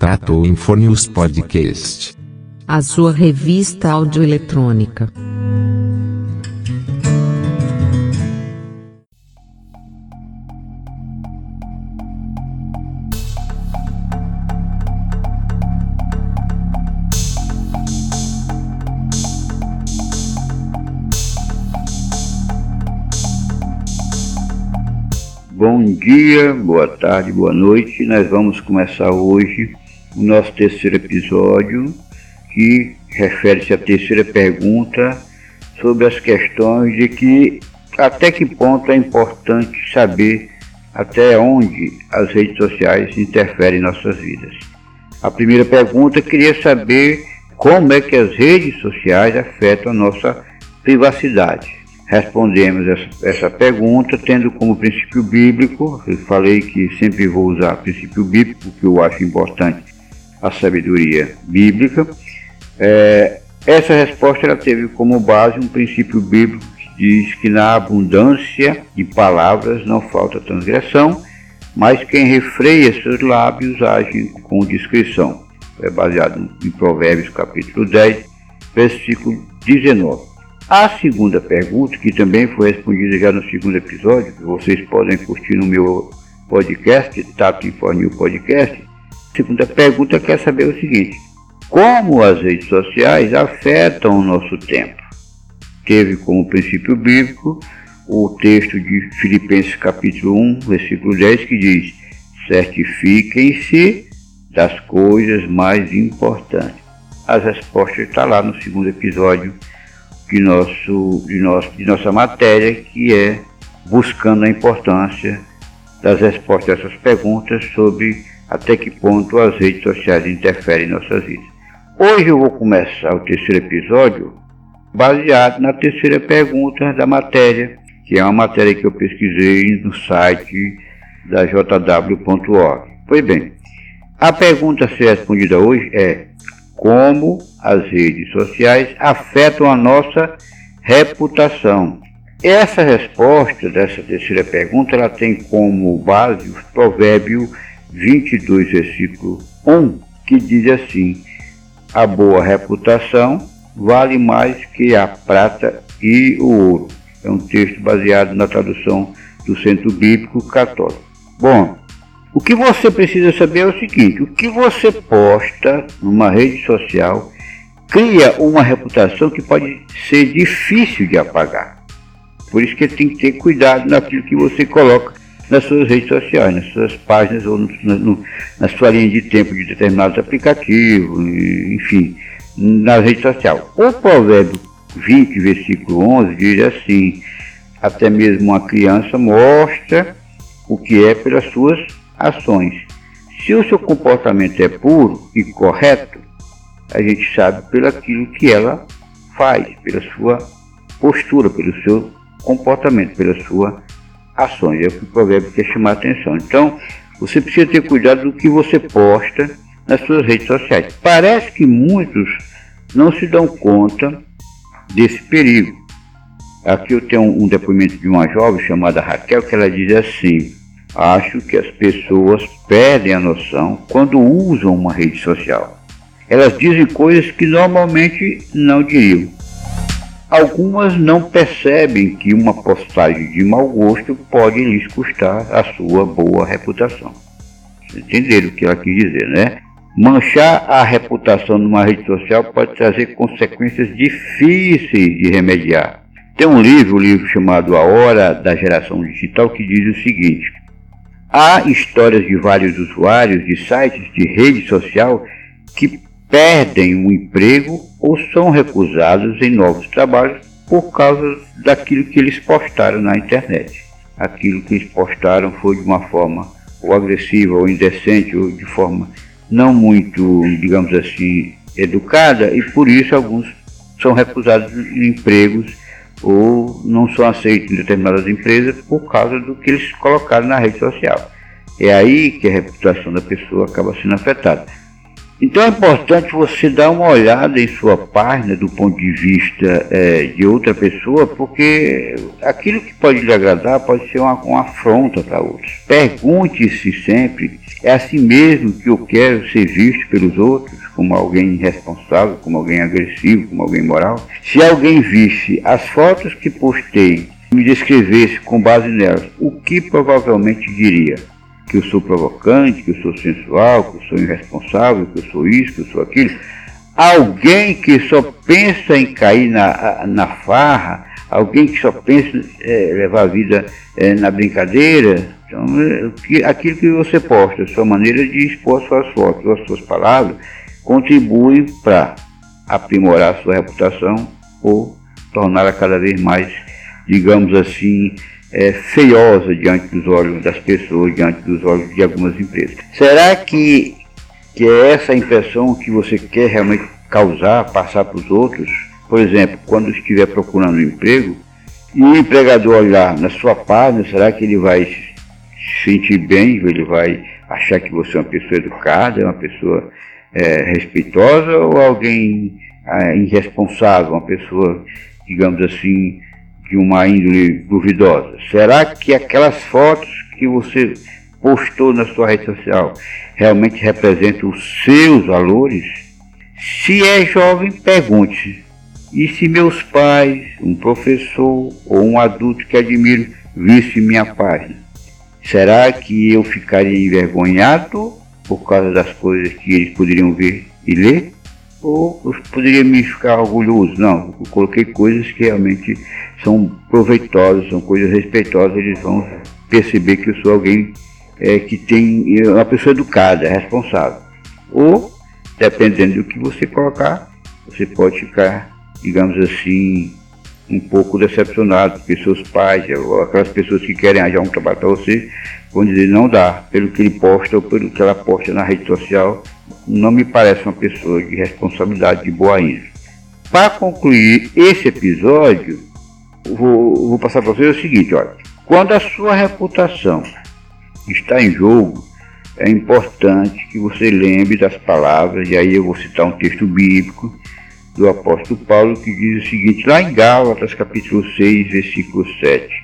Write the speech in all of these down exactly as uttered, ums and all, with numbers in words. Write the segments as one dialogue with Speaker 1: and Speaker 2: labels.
Speaker 1: Contato ou informe-os podcast.
Speaker 2: A sua revista audioeletrônica.
Speaker 3: Bom dia, boa tarde, boa noite. Nós vamos começar hoje o nosso terceiro episódio, que refere-se à terceira pergunta sobre as questões de que até que ponto é importante saber até onde as redes sociais interferem em nossas vidas. A primeira pergunta queria saber como é que as redes sociais afetam a nossa privacidade. Respondemos essa, essa pergunta tendo como princípio bíblico. Eu falei que sempre vou usar princípio bíblico, porque eu acho importante a sabedoria bíblica. É, essa resposta ela teve como base um princípio bíblico que diz que na abundância de palavras não falta transgressão, mas quem refreia seus lábios age com discrição. É baseado em Provérbios capítulo dez, versículo dezenove. A segunda pergunta, que também foi respondida já no segundo episódio, que vocês podem curtir no meu podcast, Tato Informe Podcast. A segunda pergunta quer saber o seguinte: como as redes sociais afetam o nosso tempo? Teve como princípio bíblico o texto de Filipenses capítulo um, versículo dez, que diz: certifiquem-se das coisas mais importantes. As respostas estão lá no segundo episódio de, nosso, de, nosso, de nossa matéria, que é buscando a importância das respostas a essas perguntas sobre até que ponto as redes sociais interferem em nossas vidas. Hoje eu vou começar o terceiro episódio baseado na terceira pergunta da matéria, que é uma matéria que eu pesquisei no site da j w ponto org. Pois bem, a pergunta a ser respondida hoje é: como as redes sociais afetam a nossa reputação? Essa resposta dessa terceira pergunta ela tem como base o Provérbio vinte e dois, versículo um, que diz assim: a boa reputação vale mais que a prata e o ouro. É um texto baseado na tradução do Centro Bíblico Católico. Bom, o que você precisa saber é o seguinte: o que você posta numa rede social cria uma reputação que pode ser difícil de apagar. Por isso que tem que ter cuidado naquilo que você coloca nas suas redes sociais, nas suas páginas ou no, no, na sua linha de tempo de determinados aplicativos, enfim, na rede social. O Provérbio vinte, versículo onze diz assim: até mesmo uma criança mostra o que é pelas suas ações. Se o seu comportamento é puro e correto, a gente sabe pelo aquilo que ela faz, pela sua postura, pelo seu comportamento, pelas suas ações. É o que o provérbio quer chamar a atenção. Então, você precisa ter cuidado do que você posta nas suas redes sociais. Parece que muitos não se dão conta desse perigo. Aqui eu tenho um depoimento de uma jovem chamada Raquel, que ela diz assim: acho que as pessoas perdem a noção quando usam uma rede social. Elas dizem coisas que normalmente não diriam. Algumas não percebem que uma postagem de mau gosto pode lhes custar a sua boa reputação. Vocês entenderam o que ela quis dizer, né? Manchar a reputação numa rede social pode trazer consequências difíceis de remediar. Tem um livro, um livro chamado A Hora da Geração Digital, que diz o seguinte: há histórias de vários usuários de sites de rede social que perdem o emprego ou são recusados em novos trabalhos por causa daquilo que eles postaram na internet. Aquilo que eles postaram foi de uma forma ou agressiva, ou indecente, ou de forma não muito, digamos assim, educada, e por isso alguns são recusados em empregos ou não são aceitos em determinadas empresas por causa do que eles colocaram na rede social. É aí que a reputação da pessoa acaba sendo afetada. Então é importante você dar uma olhada em sua página do ponto de vista é, de outra pessoa, porque aquilo que pode lhe agradar pode ser uma, uma afronta para outros. Pergunte-se sempre, é assim mesmo que eu quero ser visto pelos outros, como alguém irresponsável, como alguém agressivo, como alguém imoral? Se alguém visse as fotos que postei e me descrevesse com base nelas, o que provavelmente diria? Que eu sou provocante, que eu sou sensual, que eu sou irresponsável, que eu sou isso, que eu sou aquilo. Alguém que só pensa em cair na, na farra, alguém que só pensa em é, levar a vida é, na brincadeira. Então, é, aquilo que você posta, a sua maneira de expor suas fotos, as suas palavras, contribui para aprimorar a sua reputação ou torná-la cada vez mais, digamos assim, É, feiosa diante dos olhos das pessoas, diante dos olhos de algumas empresas. Será que, que é essa a impressão que você quer realmente causar, passar para os outros? Por exemplo, quando estiver procurando um emprego e o empregador olhar na sua página, será que ele vai se sentir bem, ele vai achar que você é uma pessoa educada, uma pessoa é, respeitosa, ou alguém é, irresponsável, uma pessoa, digamos assim, de uma índole duvidosa? Será que aquelas fotos que você postou na sua rede social realmente representam os seus valores? Se é jovem, pergunte-se: e se meus pais, um professor ou um adulto que admiro visse minha página? Será que eu ficaria envergonhado por causa das coisas que eles poderiam ver e ler? Ou eu poderia me ficar orgulhoso? Não, eu coloquei coisas que realmente são proveitosas, são coisas respeitosas, eles vão perceber que eu sou alguém é, que tem, uma pessoa educada, responsável. Ou, dependendo do que você colocar, você pode ficar, digamos assim, um pouco decepcionado, porque seus pais, ou aquelas pessoas que querem arranjar um trabalho para você, vão dizer: não dá, pelo que ele posta ou pelo que ela posta na rede social, não me parece uma pessoa de responsabilidade, de boa índole. Para concluir esse episódio, vou, vou passar para vocês o seguinte: olha, quando a sua reputação está em jogo, é importante que você lembre das palavras, e aí eu vou citar um texto bíblico do apóstolo Paulo, que diz o seguinte, lá em Gálatas capítulo seis, versículo sete: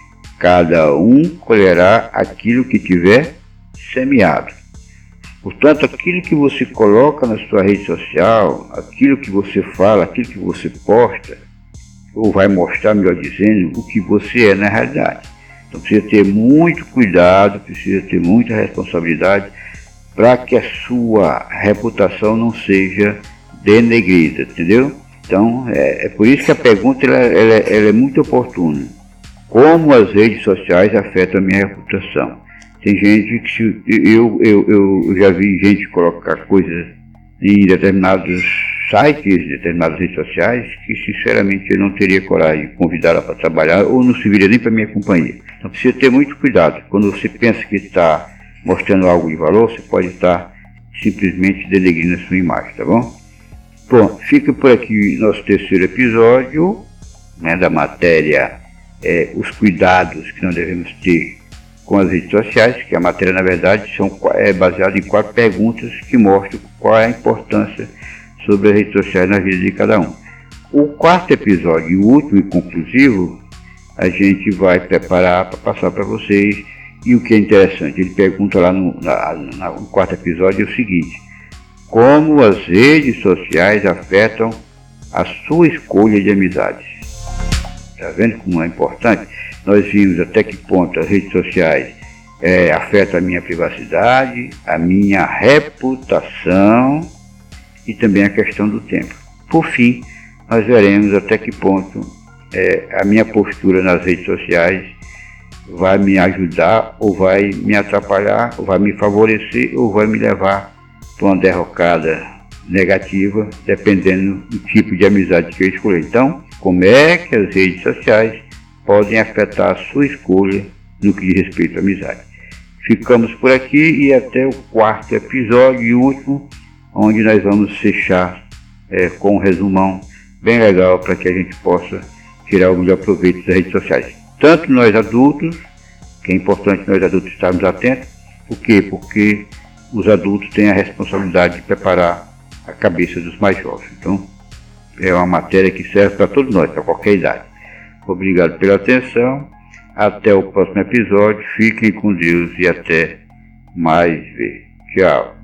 Speaker 3: cada um colherá aquilo que tiver semeado. Portanto, aquilo que você coloca na sua rede social, aquilo que você fala, aquilo que você posta, ou vai mostrar, melhor dizendo, o que você é na realidade. Então precisa ter muito cuidado, precisa ter muita responsabilidade para que a sua reputação não seja denegrida, entendeu? Então é, é por isso que a pergunta ela, ela, ela é muito oportuna. Como as redes sociais afetam a minha reputação? Tem gente que, se, eu, eu, eu já vi gente colocar coisas em determinados sites, determinadas redes sociais, que sinceramente eu não teria coragem de convidá-la para trabalhar ou não serviria nem para minha companhia. Então precisa ter muito cuidado. Quando você pensa que está mostrando algo de valor, você pode estar simplesmente denegrindo a sua imagem, tá bom? Bom, fica por aqui nosso terceiro episódio, né, da matéria é, os cuidados que nós devemos ter com as redes sociais, que a matéria, na verdade, são, é baseada em quatro perguntas que mostram qual é a importância sobre as redes sociais na vida de cada um. O quarto episódio, e o último e conclusivo, a gente vai preparar para passar para vocês. E o que é interessante, ele pergunta lá no, na, na, no quarto episódio é o seguinte: como as redes sociais afetam a sua escolha de amizades? Está vendo como é importante? Nós vimos até que ponto as redes sociais é, afetam a minha privacidade, a minha reputação e também a questão do tempo. Por fim, nós veremos até que ponto é, a minha postura nas redes sociais vai me ajudar ou vai me atrapalhar, ou vai me favorecer ou vai me levar para uma derrocada negativa, dependendo do tipo de amizade que eu escolher. Então, como é que as redes sociais podem afetar a sua escolha no que diz respeito à amizade? Ficamos por aqui e até o quarto episódio e último, onde nós vamos fechar é, com um resumão bem legal para que a gente possa tirar o melhor proveito das redes sociais. Tanto nós adultos, que é importante nós adultos estarmos atentos. Por quê? Porque os adultos têm a responsabilidade de preparar a cabeça dos mais jovens. Então, é uma matéria que serve para todos nós, para qualquer idade. Obrigado pela atenção, até o próximo episódio, fiquem com Deus e até mais ver. Tchau.